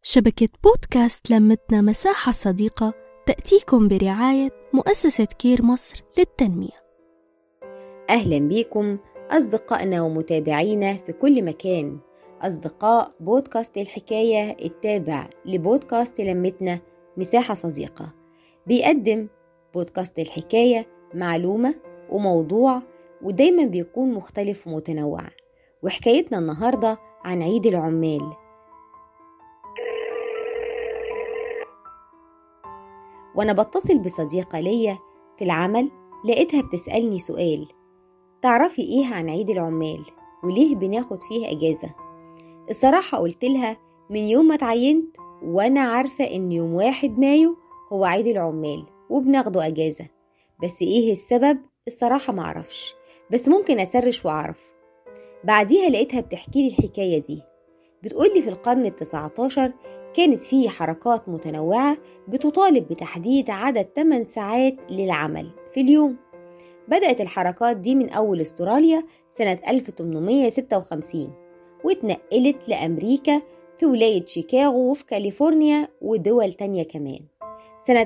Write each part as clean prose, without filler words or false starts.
شبكة بودكاست لمتنا مساحة صديقة تأتيكم برعاية مؤسسة كير مصر للتنمية. أهلا بكم أصدقائنا ومتابعينا في كل مكان، أصدقاء بودكاست الحكاية التابع لبودكاست لمتنا مساحة صديقة. بيقدم بودكاست الحكاية معلومة وموضوع، ودايما بيكون مختلف ومتنوع. وحكايتنا النهاردة عن عيد العمال. وأنا بتصل بصديقة ليا في العمل، لقيتها بتسألني سؤال: تعرفي إيه عن عيد العمال وليه بناخد فيه أجازة؟ الصراحة قلت لها من يوم ما اتعينت وأنا عارفة إن يوم 1 مايو هو عيد العمال وبناخده أجازة، بس إيه السبب؟ الصراحة معرفش، بس ممكن أسرش وأعرف. بعديها لقيتها بتحكي لي الحكاية دي، بتقولي في القرن 19 كانت فيه حركات متنوعة بتطالب بتحديد عدد 8 ساعات للعمل في اليوم. بدأت الحركات دي من أول استراليا سنة 1856، واتنقلت لأمريكا في ولاية شيكاغو وفي كاليفورنيا ودول تانية كمان. سنة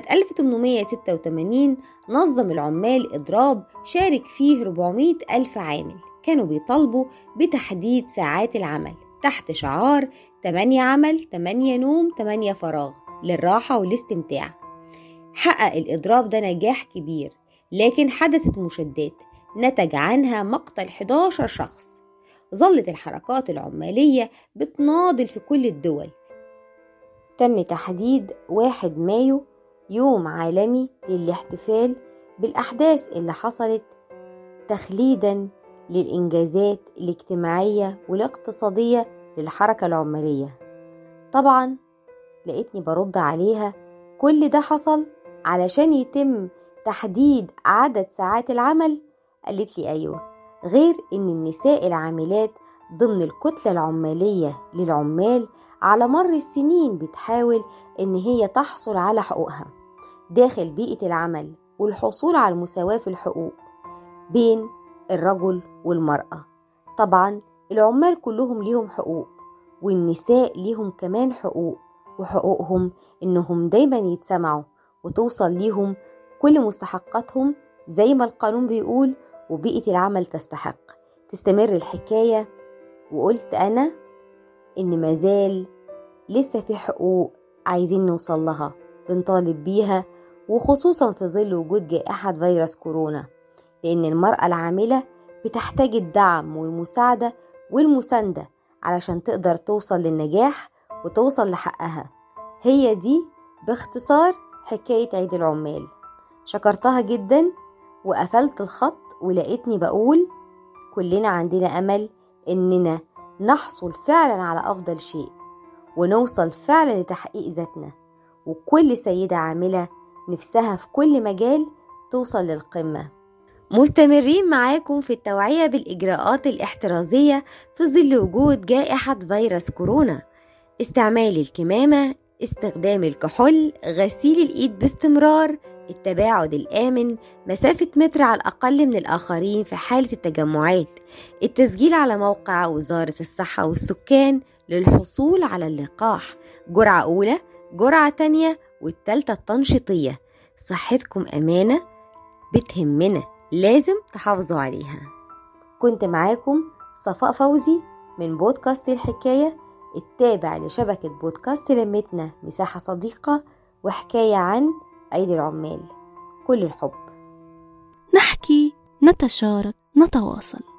1886 نظم العمال إضراب شارك فيه 400 ألف عامل، كانوا بيطالبوا بتحديد ساعات العمل تحت شعار 8 عمل 8 نوم 8 فراغ للراحة والاستمتاع. حقق الإضراب ده نجاح كبير، لكن حدثت مشادات نتج عنها مقتل 11 شخص. ظلت الحركات العمالية بتناضل في كل الدول. تم تحديد 1 مايو يوم عالمي للاحتفال بالأحداث اللي حصلت تخليداً للإنجازات الاجتماعية والاقتصادية للحركة العمالية. طبعاً لقيتني برد عليها كل ده حصل علشان يتم تحديد عدد ساعات العمل؟ قالت لي أيوة، غير إن النساء العاملات ضمن الكتلة العمالية للعمال على مر السنين بتحاول إن هي تحصل على حقوقها داخل بيئة العمل، والحصول على المساواة في الحقوق بين الرجل والمرأة. طبعا العمال كلهم ليهم حقوق، والنساء ليهم كمان حقوق، وحقوقهم إنهم دايما يتسمعوا وتوصل ليهم كل مستحقاتهم زي ما القانون بيقول وبيئة العمل تستحق. تستمر الحكاية، وقلت أنا إن مازال لسه في حقوق عايزين نوصل لها بنطالب بيها، وخصوصا في ظل وجود جائحة فيروس كورونا، لأن المرأة العاملة بتحتاج الدعم والمساعدة والمساندة علشان تقدر توصل للنجاح وتوصل لحقها. هي دي باختصار حكاية عيد العمال. شكرتها جدا وقفلت الخط، ولقيتني بقول كلنا عندنا أمل إننا نحصل فعلا على أفضل شيء، ونوصل فعلا لتحقيق ذاتنا، وكل سيدة عاملة نفسها في كل مجال توصل للقمة. مستمرين معاكم في التوعية بالإجراءات الاحترازية في ظل وجود جائحة فيروس كورونا: استعمال الكمامة، استخدام الكحول، غسيل الإيد باستمرار، التباعد الآمن، مسافة متر على الأقل من الآخرين في حالة التجمعات، التسجيل على موقع وزارة الصحة والسكان للحصول على اللقاح، جرعة أولى، جرعة تانية، والتالتة التنشيطية. صحتكم أمانة بتهمنا، لازم تحافظوا عليها. كنت معاكم صفاء فوزي من بودكاست الحكاية التابع لشبكة بودكاست لمتنا مساحة صديقة، وحكاية عن عيد العمال. كل الحب. نحكي، نتشارك، نتواصل.